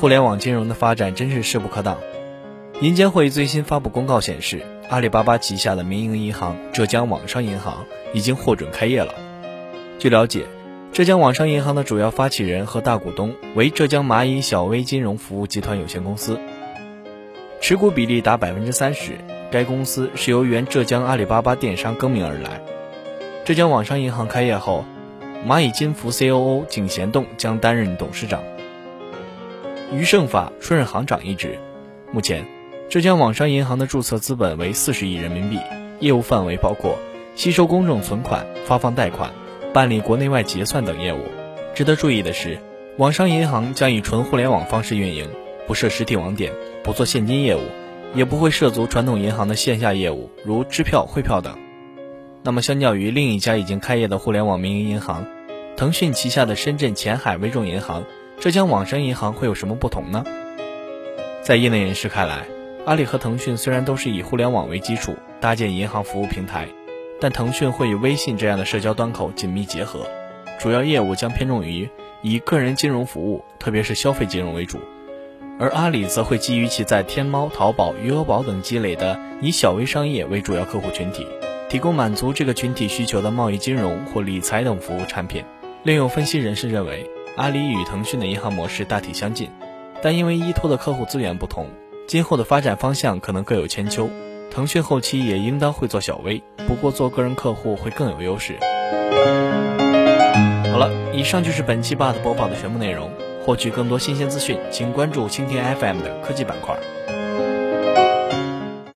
互联网金融的发展真是势不可挡。银监会最新发布公告显示，阿里巴巴旗下的民营银行浙江网商银行已经获准开业了。据了解，浙江网商银行的主要发起人和大股东为浙江蚂蚁小微金融服务集团有限公司，持股比例达 30%， 该公司是由原浙江阿里巴巴电商更名而来。浙江网商银行开业后，蚂蚁金服 COO 景贤栋将担任董事长，余胜法出任行长一职。目前，浙江网商银行的注册资本为40亿人民币，业务范围包括吸收公众存款、发放贷款、办理国内外结算等业务。值得注意的是，网商银行将以纯互联网方式运营，不设实体网点，不做现金业务，也不会涉足传统银行的线下业务，如支票、汇票等。那么相较于另一家已经开业的互联网民营银行，腾讯旗下的深圳前海微众银行，浙江网商银行会有什么不同呢？在业内人士看来，阿里和腾讯虽然都是以互联网为基础搭建银行服务平台，但腾讯会与微信这样的社交端口紧密结合，主要业务将偏重于以个人金融服务，特别是消费金融为主，而阿里则会基于其在天猫、淘宝、余额宝等积累的以小微商业为主要客户群体，提供满足这个群体需求的贸易金融或理财等服务产品。另有分析人士认为，阿里与腾讯的银行模式大体相近，但因为依托的客户资源不同，今后的发展方向可能各有千秋。腾讯后期也应当会做小微，不过做个人客户会更有优势。好了，以上就是本期 BAT 播报的全部内容。获取更多新鲜资讯，请关注蜻蜓 FM 的科技板块。